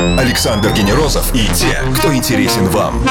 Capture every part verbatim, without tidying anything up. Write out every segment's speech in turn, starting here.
Александр Генерозов и те, кто интересен вам.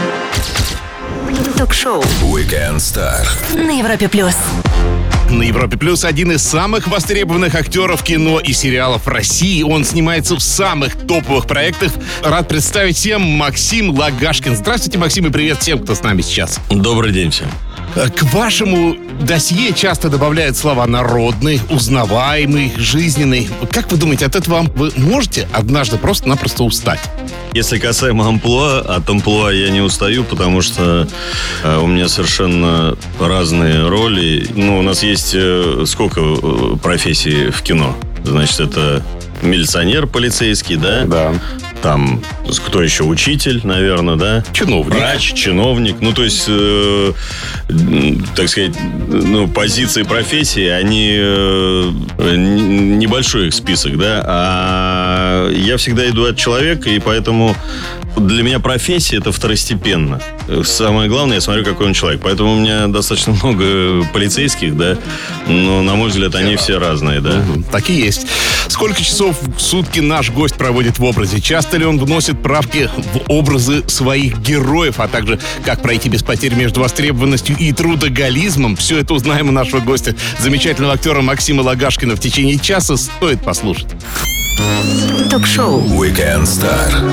Ток-шоу Weekend Star на Европе плюс. На Европе плюс один из самых востребованных актеров кино и сериалов России. Он снимается в самых топовых проектах. Рад представить всем Максим Лагашкин. Здравствуйте, Максим, и привет всем, кто с нами сейчас. Добрый день всем. К вашему досье часто добавляют слова «народный», «узнаваемый», «жизненный». Как вы думаете, от этого вы можете однажды просто-напросто устать? Если касаемо амплуа, от амплуа я не устаю, потому что э, у меня совершенно разные роли. Ну, у нас есть э, сколько э, профессий в кино? Значит, это милиционер полицейский, да? Да. Там, кто еще? Учитель, наверное, да? Чиновник. Врач, чиновник. Ну, то есть, э, так сказать, ну, позиции профессии, они э, небольшой их список, да? А я всегда иду от человека, и поэтому для меня профессия — это второстепенно. Самое главное, я смотрю, какой он человек. Поэтому у меня достаточно много полицейских, да? Но, на мой взгляд, они все разные, да? Угу, так и есть. Сколько часов в сутки наш гость проводит в образе? Часто ли он вносит правки в образы своих героев? А также, как пройти без потерь между востребованностью и трудоголизмом? Все это узнаем у нашего гостя, замечательного актера Максима Лагашкина. В течение часа стоит послушать. Ток-шоу Weekend Star.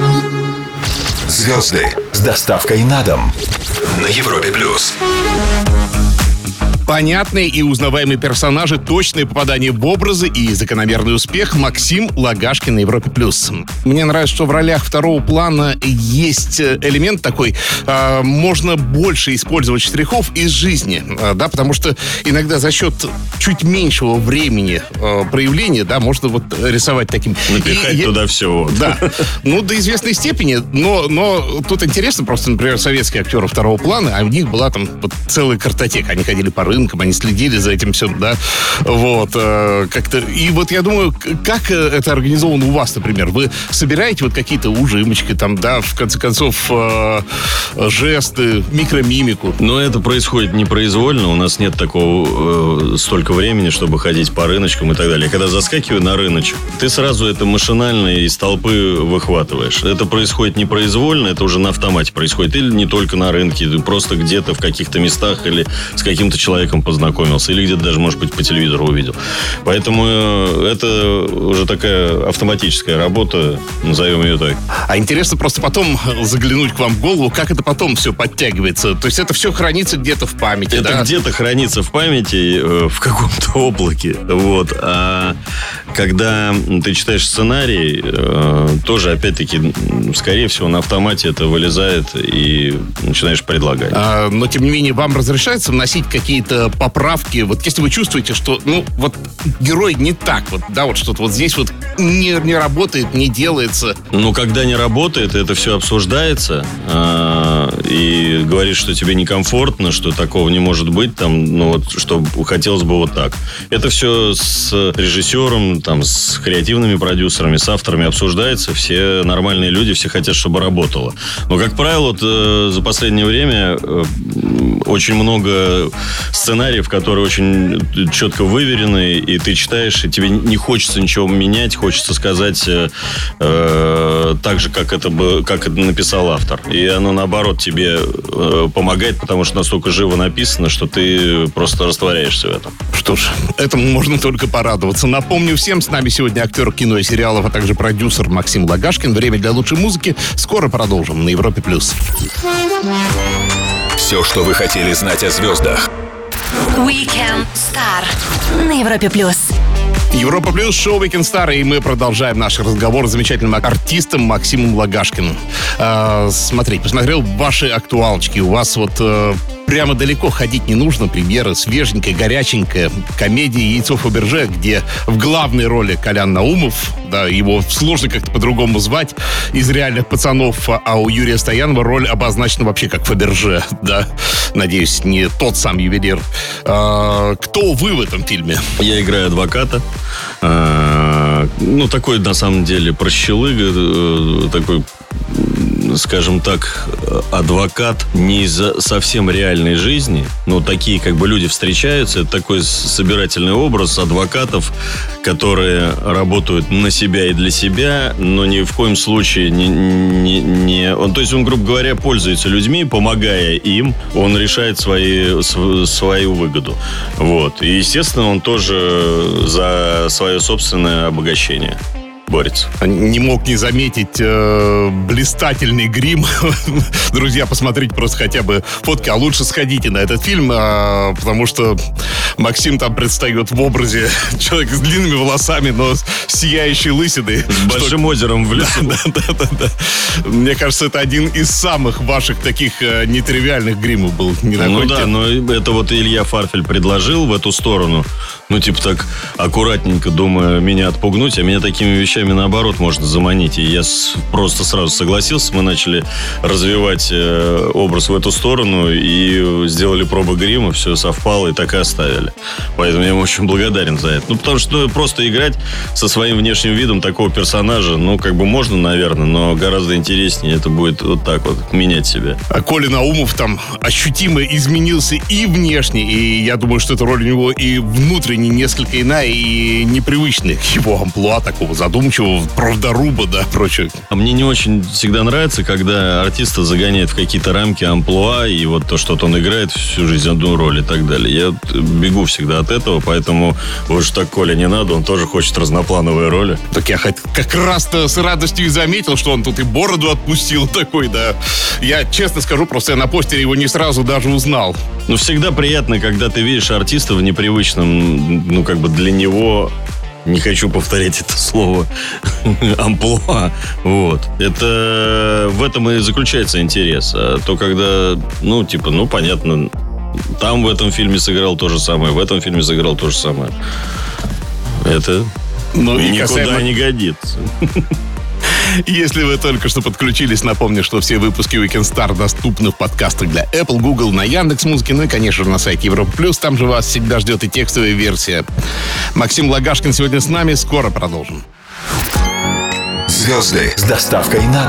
Звезды с доставкой на дом на Европе плюс. Понятные и узнаваемые персонажи, точное попадание в образы и закономерный успех. Максим Лагашкин на Европе плюс. Мне нравится, что в ролях второго плана есть элемент такой, э, можно больше использовать штрихов из жизни, э, да, потому что иногда за счет чуть меньшего времени э, проявления, да, можно вот рисовать таким. Напихать и, туда все. Да, ну, до известной степени, но, но тут интересно, просто, например, советские актеры второго плана, а у них была там вот целая картотека, они ходили по рынку, они следили за этим всем, да, вот, э, как-то, и вот я думаю, как это организовано у вас, например, вы собираете вот какие-то ужимочки, там, да, в конце концов, э, жесты, микромимику? Но это происходит непроизвольно, у нас нет такого, э, столько времени, чтобы ходить по рыночкам и так далее. Когда заскакиваю на рыночек, ты сразу это машинально из толпы выхватываешь. Это происходит непроизвольно, это уже на автомате происходит, или не только на рынке, просто где-то в каких-то местах, или с каким-то человеком познакомился, или где-то даже, может быть, по телевизору увидел. Поэтому это уже такая автоматическая работа, назовем ее так. А интересно просто потом заглянуть к вам в голову, как это потом все подтягивается. То есть это все хранится где-то в памяти, это да? где-то хранится в памяти, в каком-то облаке. Вот. А когда ты читаешь сценарий, тоже, опять-таки, скорее всего, на автомате это вылезает и начинаешь предлагать. А, но, тем не менее, вам разрешается вносить какие-то поправки, вот если вы чувствуете, что, ну, вот герой не так, вот, да, вот что-то вот здесь вот не, не работает, не делается. Ну, когда не работает, это все обсуждается, э, и говорит, что тебе некомфортно, что такого не может быть, там, ну, вот, что хотелось бы вот так. Это все с режиссером, там, с креативными продюсерами, с авторами обсуждается, все нормальные люди, все хотят, чтобы работало. Но, как правило, вот, э, за последнее время э, очень много сценариев, которые очень четко выверены, и ты читаешь, и тебе не хочется ничего менять, хочется сказать э, так же, как это, бы, как это написал автор. И оно, наоборот, тебе э, помогает, потому что настолько живо написано, что ты просто растворяешься в этом. Что ж, этому можно только порадоваться. Напомню всем, с нами сегодня актер кино и сериалов, а также продюсер Максим Лагашкин. Время для лучшей музыки. Скоро продолжим на Европе плюс. Все, что вы хотели знать о звездах. Weekend Star на Европе плюс. Европа плюс, шоу Weekend Star, и мы продолжаем наш разговор с замечательным артистом Максимом Лагашкиным. Э, смотрите, посмотрел ваши актуалочки. У вас вот э, прямо далеко ходить не нужно. Премьера свеженькая, горяченькая. Комедия «Яйцо Фаберже», где в главной роли Колян Наумов. Да, его сложно как-то по-другому звать из «Реальных пацанов». А у Юрия Стоянова роль обозначена вообще как Фаберже. Да, надеюсь, не тот сам ювелир. Э, кто вы в этом фильме? Я играю адвоката. Ну, такой, на самом деле, прощелыга, такой скажем так, адвокат не из совсем реальной жизни. Ну, такие как бы люди встречаются. Это такой собирательный образ адвокатов, которые работают на себя и для себя, но ни в коем случае не... не, не он, то есть он, грубо говоря, пользуется людьми, помогая им, он решает свои, свою выгоду. Вот. И, естественно, он тоже за свое собственное обогащение борется. Не мог не заметить э, блистательный грим. Друзья, посмотрите просто хотя бы фотки, а лучше сходите на этот фильм, э, потому что Максим там предстает в образе человека с длинными волосами, но с сияющей лысиной. С большим что... озером в лесу. Да, да, да, да, да. Мне кажется, это один из самых ваших таких э, нетривиальных гримов был. Не ну да, но это вот Илья Фарфель предложил в эту сторону. Ну, типа так аккуратненько, думаю, меня отпугнуть, а меня такими вещами, наоборот, можно заманить. И я с, просто сразу согласился. Мы начали развивать э, образ в эту сторону и сделали пробы грима, все совпало и так и оставили. Поэтому я ему очень благодарен за это. Ну, потому что просто играть со своим внешним видом такого персонажа, ну, как бы можно, наверное, но гораздо интереснее это будет вот так вот, менять себя. А Коля Наумов там ощутимо изменился и внешне, и я думаю, что эта роль у него и внутренне несколько иная и непривычная к его амплуа, такого задумчивого, правдоруба, да, прочее. А мне не очень всегда нравится, когда артиста загоняют в какие-то рамки амплуа, и вот то, что он играет всю жизнь одну роль и так далее. Я бегу всегда от этого, поэтому уж так Коля не надо, он тоже хочет разноплановые роли. Так я хоть как раз-то с радостью и заметил, что он тут и бороду отпустил такой, да. Я честно скажу, просто я на постере его не сразу даже узнал. Ну, всегда приятно, когда ты видишь артиста в непривычном, ну, как бы для него, не хочу повторять это слово, амплуа. Вот. Это в этом и заключается интерес. А то, когда, ну, типа, ну, понятно, там в этом фильме сыграл то же самое, в этом фильме сыграл то же самое. Это ну, никуда касаемо... не годится. Если вы только что подключились, напомню, что все выпуски Weekend Star доступны в подкастах для Apple, Google, на Яндекс.Музыке, ну и, конечно же, на сайте Европа Плюс. Там же вас всегда ждет и текстовая версия. Максим Лагашкин сегодня с нами. Скоро продолжим. Звезды с доставкой на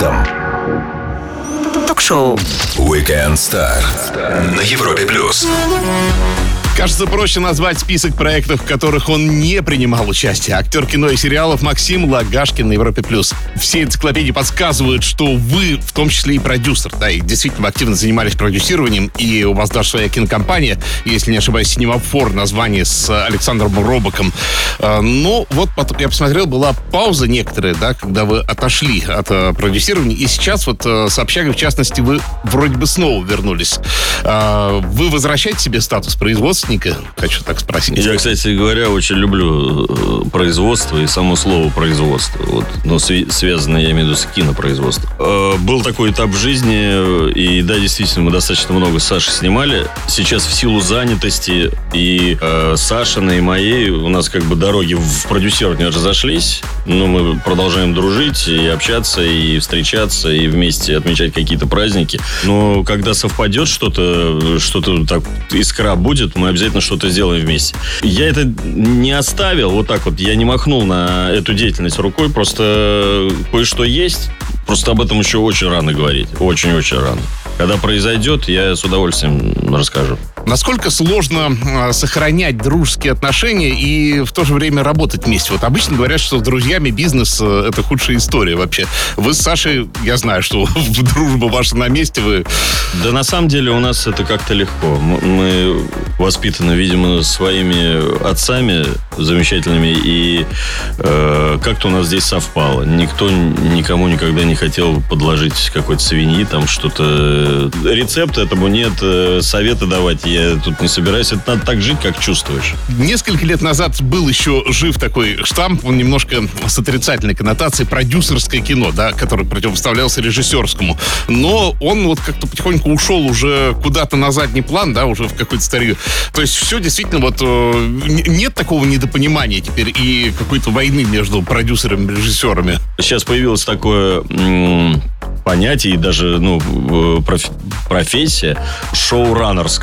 дом. Ток-шоу Weekend Star на Европе Плюс. Кажется, проще назвать список проектов, в которых он не принимал участие. Актер кино и сериалов Максим Лагашкин на Европе+. Все энциклопедии подсказывают, что вы, в том числе и продюсер, да, и действительно активно занимались продюсированием, и у вас даже своя кинокомпания, если не ошибаюсь, «Синемафор», название с Александром Робоком. Но вот потом, я посмотрел, была пауза некоторая, да, когда вы отошли от продюсирования, и сейчас вот с «Общагой», в частности, вы вроде бы снова вернулись. Вы возвращаете себе статус производства? Хочу так спросить. Я, кстати говоря, очень люблю производство и само слово производство. Вот, но связанное, я имею в виду, с кинопроизводством. Э, был такой этап в жизни, и да, действительно, мы достаточно много с Сашей снимали. Сейчас в силу занятости и э, Сашиной, и моей у нас как бы дороги в продюсирование разошлись. Но мы продолжаем дружить и общаться, и встречаться, и вместе отмечать какие-то праздники. Но когда совпадет что-то, что-то так, искра будет, мы обязательно что-то сделаем вместе. Я это не оставил, вот так вот, я не махнул на эту деятельность рукой, просто кое-что есть, просто об этом еще очень рано говорить, очень-очень рано. Когда произойдет, я с удовольствием расскажу. Насколько сложно э, сохранять дружеские отношения и в то же время работать вместе? Вот обычно говорят, что с друзьями бизнес э, это худшая история вообще. Вы с Сашей, я знаю, что дружба ваша на месте, вы... Да на самом деле у нас это как-то легко. Мы воспитаны, видимо, своими отцами замечательными, и э, как-то у нас здесь совпало. Никто никому никогда не хотел подложить какой-то свиньи, там что-то... Рецепта этому нет, советы давать я тут не собираюсь. Это надо так жить, как чувствуешь. Несколько лет назад был еще жив такой штамп, он немножко с отрицательной коннотацией, продюсерское кино, да, который противопоставлялся режиссерскому. Но он вот как-то потихоньку ушел уже куда-то на задний план, да, уже в какую-то старью. То есть все действительно вот э, нет такого недопонимания теперь и какой-то войны между продюсерами и режиссерами. Сейчас появилось такое м- понятие и даже, ну, проф- профессия шоураннерская.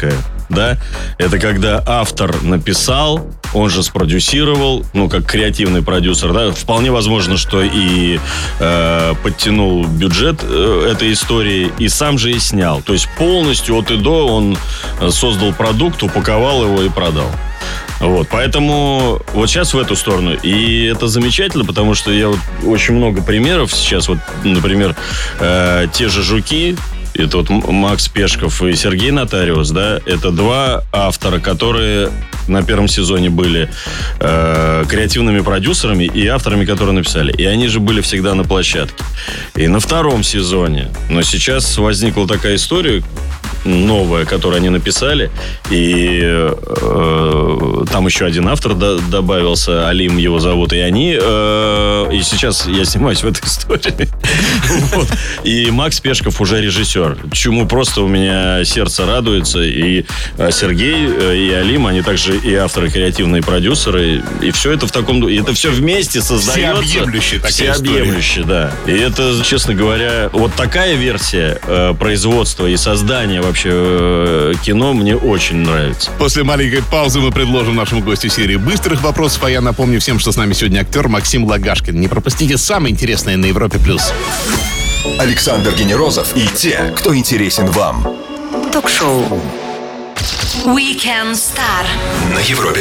да, это когда автор написал, он же спродюсировал, ну, как креативный продюсер, да, вполне возможно, что и э, подтянул бюджет э, этой истории, и сам же и снял. То есть полностью от и до он создал продукт, упаковал его и продал. Вот, поэтому вот сейчас в эту сторону. И это замечательно, потому что я вот очень много примеров сейчас, вот, например, э, те же «Жуки», это вот Макс Пешков и Сергей Нотариус, да, это два автора, которые на первом сезоне были э, креативными продюсерами и авторами, которые написали. И они же были всегда на площадке. И на втором сезоне, но сейчас возникла такая история новая, которую они написали, и э, там еще один автор до, добавился, Алим его зовут, и они, э, и сейчас я снимаюсь в этой истории. Вот. И Макс Пешков уже режиссер, чему просто у меня сердце радуется, и Сергей, и Алим, они также и авторы, креативные продюсеры, и все это в таком, и это все вместе создается. Всеобъемлющая такая Всеобъемлющая, да. И это, честно говоря, вот такая версия э, производства и создания вообще э, кино мне очень нравится. После маленькой паузы мы предложим нашему гостю серии быстрых вопросов, а я напомню всем, что с нами сегодня актер Максим Лагашкин. Не пропустите самое интересное на Европе+. Александр Генерозов и те, кто интересен вам. Ток-шоу Weekend Star На Европе+.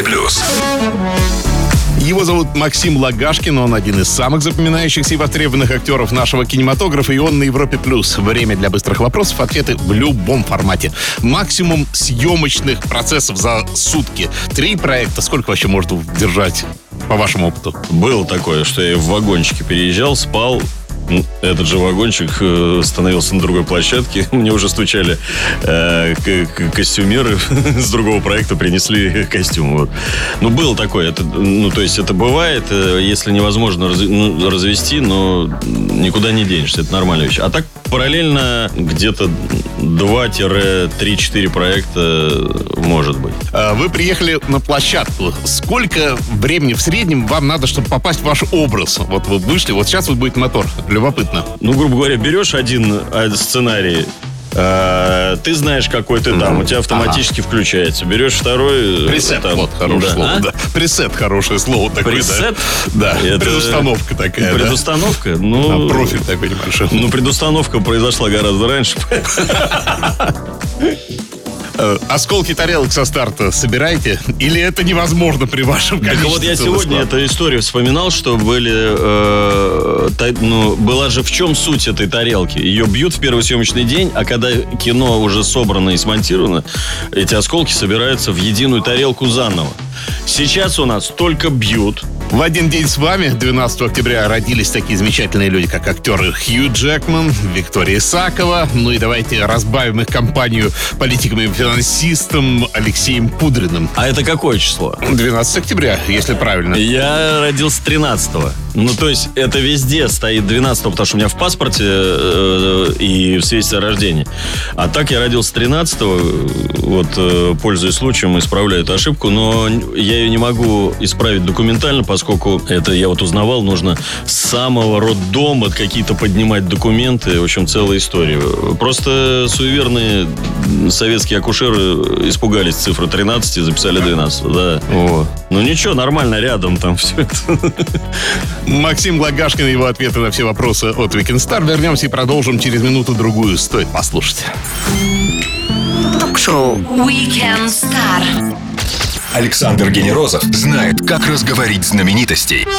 Его зовут Максим Лагашкин, он один из самых запоминающихся и востребованных актеров нашего кинематографа, и он на Европе+. Время для быстрых вопросов, ответы в любом формате. Максимум съемочных процессов за сутки. Три проекта, сколько вообще можно держать, по вашему опыту? Было такое, что я в вагончике переезжал, спал. Этот же вагончик становился на другой площадке. Мне уже стучали э, к- костюмеры с другого проекта, принесли костюм. Вот. Ну, было такое. Это, ну, то есть это бывает, если невозможно раз, ну, развести, но никуда не денешься. Это нормальная вещь. А так параллельно где-то два-три-четыре проекта может быть. Вы приехали на площадку. Сколько времени в среднем вам надо, чтобы попасть в ваш образ? Вот вы вышли, вот сейчас вот будет мотор. Любопытно. Ну, грубо говоря, берешь один сценарий, э, ты знаешь, какой ты там, у тебя автоматически ага. включается. Берешь второй... Пресет, там, вот, хорошее да. слово. А? Да. Пресет, хорошее слово такое. Пресет? Да, да. Это... предустановка такая. Предустановка? Да? Ну, а, профиль такой небольшой. Ну, предустановка произошла гораздо раньше. Осколки тарелок со старта собираете? Или это невозможно при вашем количестве? Так вот я сегодня эту историю вспоминал, что были... Э, та, ну, была же в чем суть этой тарелки? Ее бьют в первый съемочный день, а когда кино уже собрано и смонтировано, эти осколки собираются в единую тарелку заново. Сейчас у нас только бьют. В один день с вами, двенадцатого октября, родились такие замечательные люди, как актеры Хью Джекман, Виктория Исакова. Ну и давайте разбавим их компанию политиком и финансистом Алексеем Пудриным. А это какое число? двенадцатого октября, если правильно. Я родился тринадцатого. Ну, то есть, это везде стоит двенадцатого, потому что у меня в паспорте э, и в свидетельстве о рождении. А так я родился тринадцатого. Вот, э, пользуясь случаем, исправляю эту ошибку. Но я ее не могу исправить документально, поскольку это я вот узнавал, нужно с самого роддома какие-то поднимать документы. В общем, целая история. Просто суеверные советские акушеры испугались цифры тринадцать и записали двенадцать. Да. Вот. Ну ничего, нормально, рядом там все это. Максим Лагашкин и его ответы на все вопросы от Weekend Star. Вернемся и продолжим через минуту-другую. Стоит послушать. Ток-шоу Weekend Star. Александр Генерозов знает, как разговорить знаменитостей.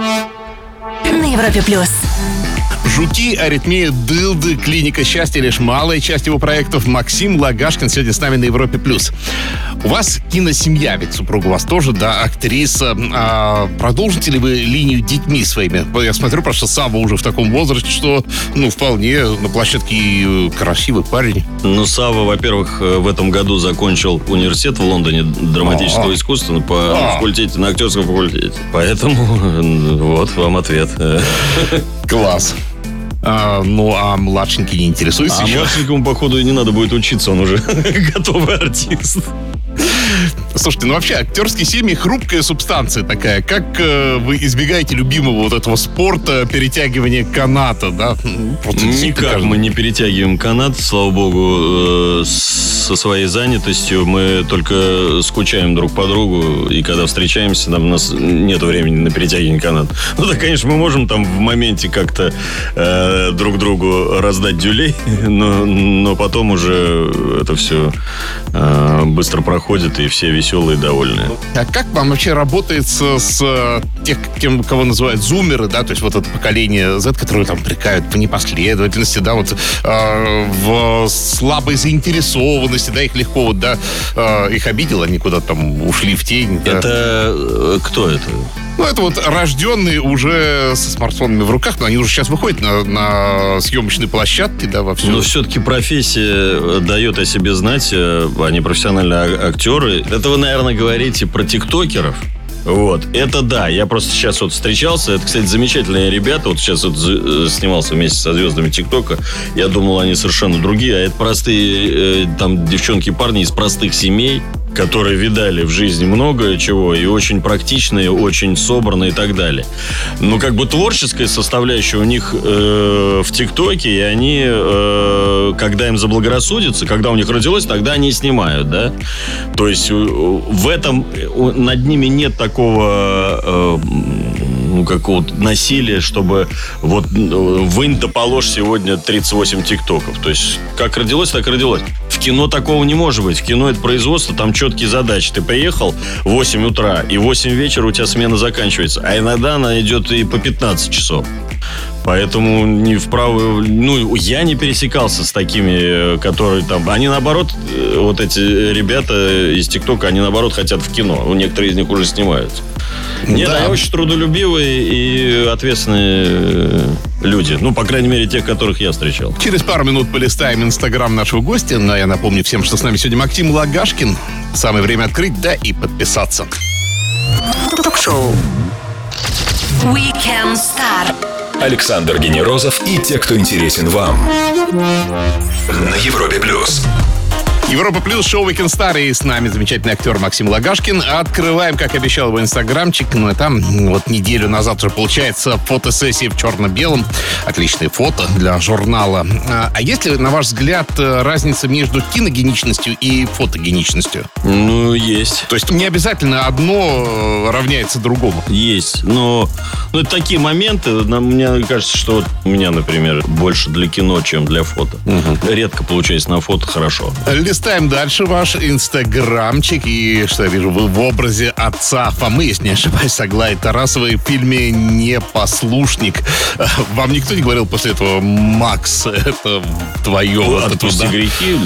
На Европе+. «Жуки», «Аритмия», «Дылды», «Клиника счастья» — лишь малая часть его проектов. Максим Лагашкин сегодня с нами на Европе+. У вас киносемья, ведь супруга у вас тоже, да, актриса. А продолжите ли вы линию детьми своими? Я смотрю, просто Сава уже в таком возрасте, что, ну, вполне на площадке красивый парень. Ну, Сава, во-первых, в этом году закончил университет в Лондоне драматического А-а-а. искусства по А-а-а. факультете, на актерском факультете. Поэтому вот вам ответ. Класс. А, ну, а младшенький не интересуется а еще? А младшенькому, походу, и не надо будет учиться, он уже готовый артист. Слушайте, ну вообще актерский семьи хрупкая субстанция такая. Как э, вы избегаете любимого вот этого спорта, перетягивания каната, да? Просто никак мы не перетягиваем канат, слава богу, э, со своей занятостью. Мы только скучаем друг по другу, и когда встречаемся, нам, у нас нет времени на перетягивание каната. Ну да, конечно, мы можем там в моменте как-то э, друг другу раздать дюлей, но, но потом уже это все э, быстро проходит, и все веселые и довольные. А как вам вообще работает с, с тех, кем, кого называют зумеры, да, то есть вот это поколение Z, которые там прикают по непоследовательности, да, вот э, в слабой заинтересованности, да, их легко вот, да, э, их обидел, они куда-то там ушли в тень. Да. Это кто это? Ну, это вот рожденные уже со смартфонами в руках, но они уже сейчас выходят на, на съемочные площадки, да, во всем. Но все-таки профессия дает о себе знать, они профессиональные актеры. Это вы, наверное, говорите про тиктокеров. Вот, это да, я просто сейчас вот встречался, это, кстати, замечательные ребята, вот сейчас вот снимался вместе со звездами ТикТока, я думал, они совершенно другие, а это простые, там, девчонки и парни из простых семей, которые видали в жизни много чего, и очень практичные, очень собранные и так далее. Но как бы творческая составляющая у них э, в ТикТоке, и они, э, когда им заблагорассудится, когда у них родилось, тогда они и снимают, да. То есть э, в этом над ними нет такого э, ну, какого-то насилия, чтобы вот вынь да положь сегодня тридцать восемь ТикТоков. То есть как родилось, так и родилось. В кино такого не может быть. В кино это производство, там четкие задачи. Ты приехал в восемь утра, и в восемь вечера у тебя смена заканчивается. А иногда она идет и по пятнадцать часов. Поэтому не вправо... Ну, я не пересекался с такими, которые там... Они, наоборот, вот эти ребята из ТикТока, они, наоборот, хотят в кино. Некоторые из них уже снимаются. Нет, да. Они очень трудолюбивые и ответственные люди. Ну, по крайней мере, тех, которых я встречал. Через пару минут полистаем инстаграм нашего гостя. Но я напомню всем, что с нами сегодня Максим Лагашкин. Самое время открыть, да, и подписаться. Ток-шоу Weekend Star. Александр Генерозов и те, кто интересен вам. На Европе плюс. Европа плюс, шоу Weekend Star, и с нами замечательный актер Максим Лагашкин. Открываем, как обещал, его инстаграмчик. Ну и там вот неделю назад уже получается фотосессия в черно-белом. Отличные фото для журнала. А есть ли, на ваш взгляд, разница между киногеничностью и фотогеничностью? Ну, есть. То есть не обязательно одно равняется другому? Есть, но ну, это такие моменты. Мне кажется, что вот у меня, например, больше для кино, чем для фото. Угу. Редко получается на фото хорошо. Листаем дальше ваш инстаграмчик. И что я вижу, вы в образе отца Фомы, если не ошибаюсь, с Аглаей Тарасовой в фильме «Непослушник». Вам никто не говорил после этого: Макс, это твое? Вот отпусти это, грехи.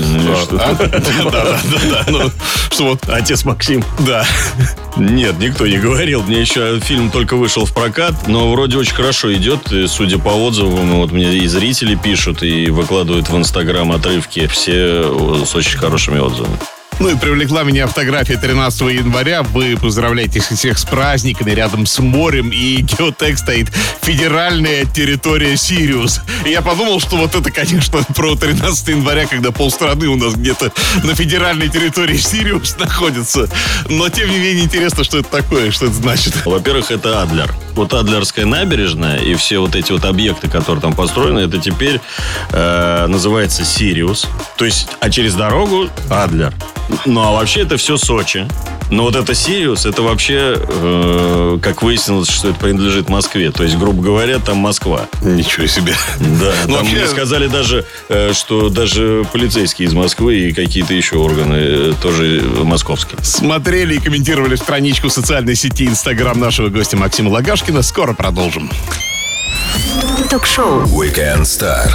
Да-да-да. Что вот отец Максим. Да. Нет, никто не говорил. Мне еще фильм только вышел в прокат, но вроде очень хорошо идет. И, судя по отзывам, вот мне и зрители пишут, и выкладывают в инстаграм отрывки. Все с очень хорошими отзывами. Ну и привлекла меня фотография тринадцатого января. Вы поздравляете всех с праздниками рядом с морем, и геотекст стоит: «Федеральная территория Сириус». И я подумал, что вот это, конечно, про тринадцатого января, когда полстраны у нас где-то на федеральной территории Сириус находится. Но, тем не менее, интересно, что это такое, что это значит. Во-первых, это Адлер. Вот Адлерская набережная и все вот эти вот объекты, которые там построены, это теперь э, называется Сириус. То есть, а через дорогу Адлер. Ну, а вообще это все Сочи. Но вот это Сириус, это вообще, э, как выяснилось, что это принадлежит Москве. То есть, грубо говоря, там Москва. Ничего себе. Да, ну, там вообще... мне сказали даже, э, что даже полицейские из Москвы и какие-то еще органы э, тоже московские. Смотрели и комментировали страничку социальной сети Инстаграм нашего гостя Максима Лагашкина. Скоро продолжим. Ток-шоу Weekend Star.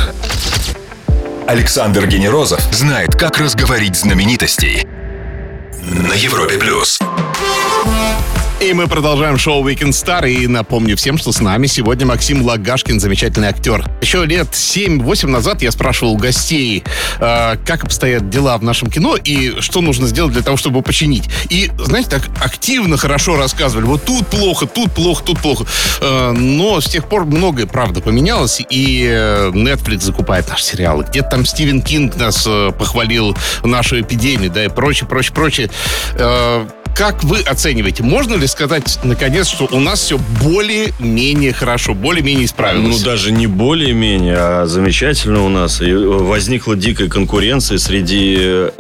Александр Генерозов знает, как разговорить знаменитостей. На Европе плюс. И мы продолжаем шоу Weekend Star. И напомню всем, что с нами сегодня Максим Лагашкин, замечательный актер. Еще лет семь-восемь назад я спрашивал у гостей, э, как обстоят дела в нашем кино и что нужно сделать для того, чтобы починить. И, знаете, так активно, хорошо рассказывали. Вот тут плохо, тут плохо, тут плохо. Э, но с тех пор многое, правда, поменялось. И Netflix закупает наши сериалы. Где-то там Стивен Кинг нас э, похвалил нашу эпидемию, да, и прочее, прочее, прочее. Э, как вы оцениваете? Можно ли сказать, наконец, что у нас все более-менее хорошо, более-менее исправилось? Ну, даже не более-менее, а замечательно у нас. И возникла дикая конкуренция среди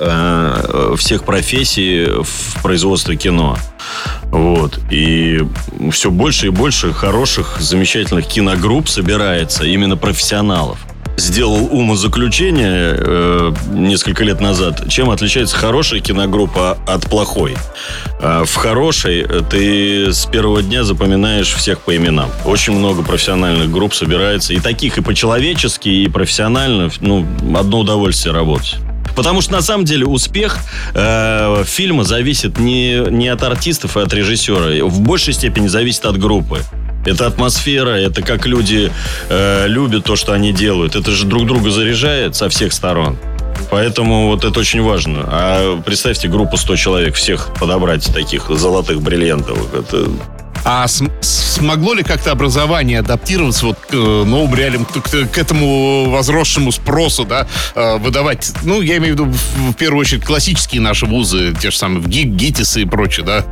э, всех профессий в производстве кино. Вот. И все больше и больше хороших, замечательных киногрупп собирается, именно профессионалов. Сделал умозаключение э, несколько лет назад, чем отличается хорошая киногруппа от плохой. Э, в хорошей ты с первого дня запоминаешь всех по именам. Очень много профессиональных групп собирается. И таких, и по-человечески, и профессионально. Ну, одно удовольствие работать. Потому что, на самом деле, успех э, фильма зависит не, не от артистов и от режиссера. В большей степени зависит от группы. Это атмосфера, это как люди э, любят то, что они делают. Это же друг друга заряжает со всех сторон. Поэтому вот это очень важно. А представьте, группу сто человек, всех подобрать таких золотых бриллиантов. Это... А см- смогло ли как-то образование адаптироваться вот к э, новым реалиям, к, к, к этому возросшему спросу, да, э, выдавать, ну, я имею в виду, в, в первую очередь, классические наши вузы, те же самые ГИК, ГИТИСы и прочее, да?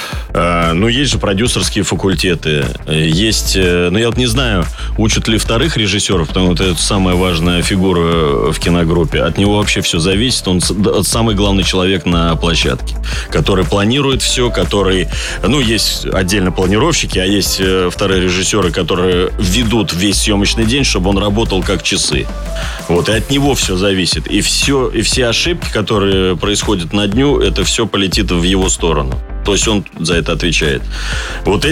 А, ну, есть же продюсерские факультеты. Есть, ну, я вот не знаю, учат ли вторых режиссеров, потому что это самая важная фигура в киногруппе. От него вообще все зависит. Он самый главный человек на площадке, который планирует все, который... Ну, есть отдельно планировщики, а есть вторые режиссеры, которые ведут весь съемочный день, чтобы он работал как часы. Вот, и от него все зависит. И все, и все ошибки, которые происходят на дню, это все полетит в его сторону. То есть он за это отвечает. Вот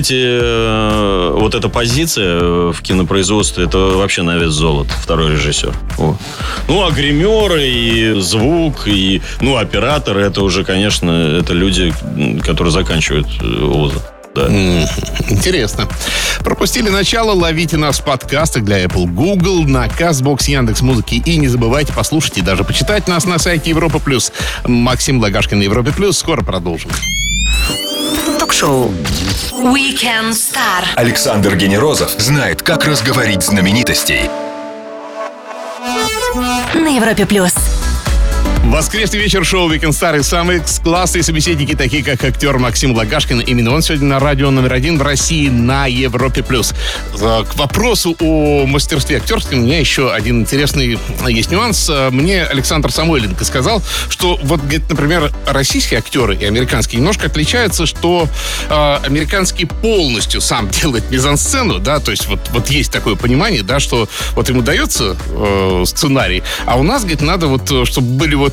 эти, вот эта позиция в кинопроизводстве, это вообще на вес золота, второй режиссер. О. Ну, а гримеры и звук, и, ну, операторы, это уже, конечно, это люди, которые заканчивают вузы. Да. Интересно. Пропустили начало? Ловите нас в подкастах для Apple, Google, на CastBox, Яндекс.Музыки. И не забывайте послушать и даже почитать нас на сайте Европа Плюс. Максим Лагашкин на Европе Плюс. Скоро продолжим. Ток-шоу Weekend Star. Александр Генерозов знает, как разговорить знаменитостей. На Европе Плюс. Воскресный вечер шоу Weekend Star и самые классные собеседники, такие как актер Максим Лагашкин. Именно он сегодня на радио номер один в России на Европе Плюс. К вопросу о мастерстве актерском у меня еще один интересный есть нюанс. Мне Александр Самойленко сказал, что вот, например, российские актеры и американские немножко отличаются, что э, американский полностью сам делает мизансцену, да, то есть вот, вот есть такое понимание, да, что вот ему дается э, сценарий, а у нас, говорит, надо вот, чтобы были вот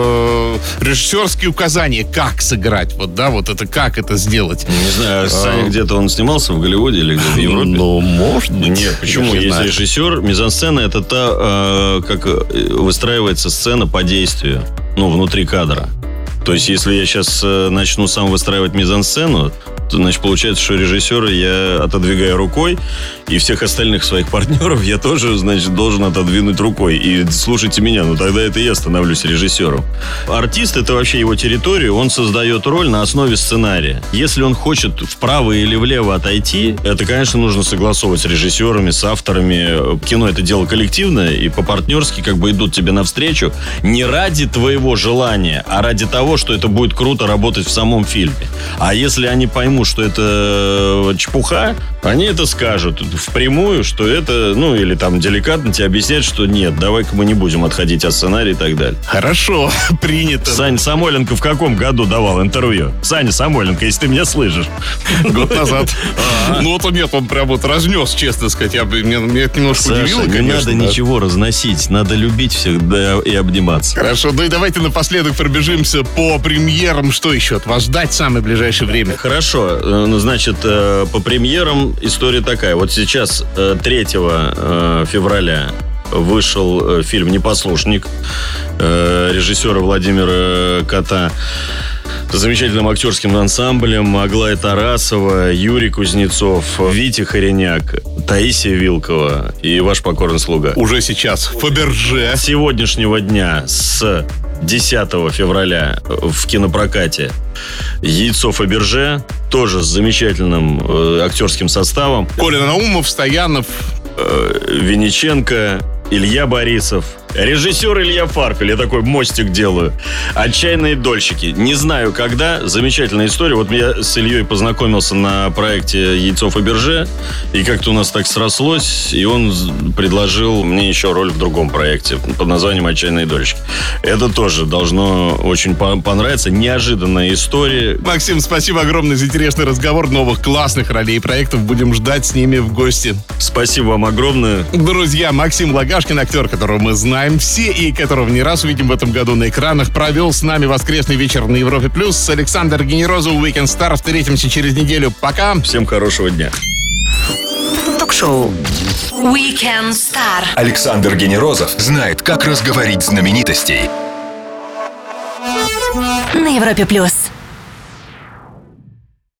э, режиссерские указания, как сыграть, вот, да, вот это, как это сделать. Не знаю, Саня, где-то он снимался в Голливуде или где-то в Европе? Ну, может быть. Нет, почему? Есть знаю. Режиссер. Мизансцена — это та, э, как выстраивается сцена по действию, ну, внутри кадра. То есть, если я сейчас э, начну сам выстраивать мизансцену, то, значит, получается, что режиссера я отодвигаю рукой, и всех остальных своих партнеров я тоже, значит, должен отодвинуть рукой. И слушайте меня, ну тогда это я становлюсь режиссером. Артист — это вообще его территория, он создает роль на основе сценария. Если он хочет вправо или влево отойти, это, конечно, нужно согласовывать с режиссерами, с авторами. Кино — это дело коллективное, и по-партнерски как бы идут тебе навстречу не ради твоего желания, а ради того, что это будет круто работать в самом фильме. А если они поймут, что это чепуха, они это скажут впрямую, что это, ну, или там деликатно тебе объяснять, что нет, давай-ка мы не будем отходить от сценария и так далее. Хорошо, принято. Саня Самойленко в каком году давал интервью? Саня Самойленко, если ты меня слышишь. Год назад. Ну вот нет, он прям вот разнес, честно сказать. Меня это немножко удивило, конечно. Не надо ничего разносить, надо любить всегда и обниматься. Хорошо, ну и давайте напоследок пробежимся по премьерам. Что еще от вас ждать в самое ближайшее время? Хорошо. Значит, по премьерам история такая. Вот сейчас, третьего февраля, вышел фильм «Непослушник» режиссера Владимира Кота с замечательным актерским ансамблем: Аглая Тарасова, Юрий Кузнецов, Витя Хореняк, Таисия Вилкова и ваш покорный слуга. Уже сейчас. Фаберже. С сегодняшнего дня, с десятого февраля, в кинопрокате «Яйцо Фаберже», тоже с замечательным э, актерским составом. Коля Наумов, Стоянов, э, Винниченко, Илья Борисов. Режиссер Илья Фарфель. Я такой мостик делаю. «Отчаянные дольщики». Не знаю, когда. Замечательная история. Вот я с Ильей познакомился на проекте «Яйцо Фаберже». И как-то у нас так срослось. И он предложил мне еще роль в другом проекте под названием «Отчаянные дольщики». Это тоже должно очень понравиться. Неожиданная история. Максим, спасибо огромное за интересный разговор. Новых классных ролей и проектов. Будем ждать с ними в гости. Спасибо вам огромное. Друзья, Максим Лагашкин, актер, которого мы знаем все и которого не раз увидим в этом году на экранах, провел с нами воскресный вечер на Европе Плюс. Александр Генерозов, Weekend Star. Встретимся через неделю. Пока. Всем хорошего дня. Ток-шоу Weekend Star. Александр Генерозов знает, как разговорить знаменитостей. На Европе Плюс.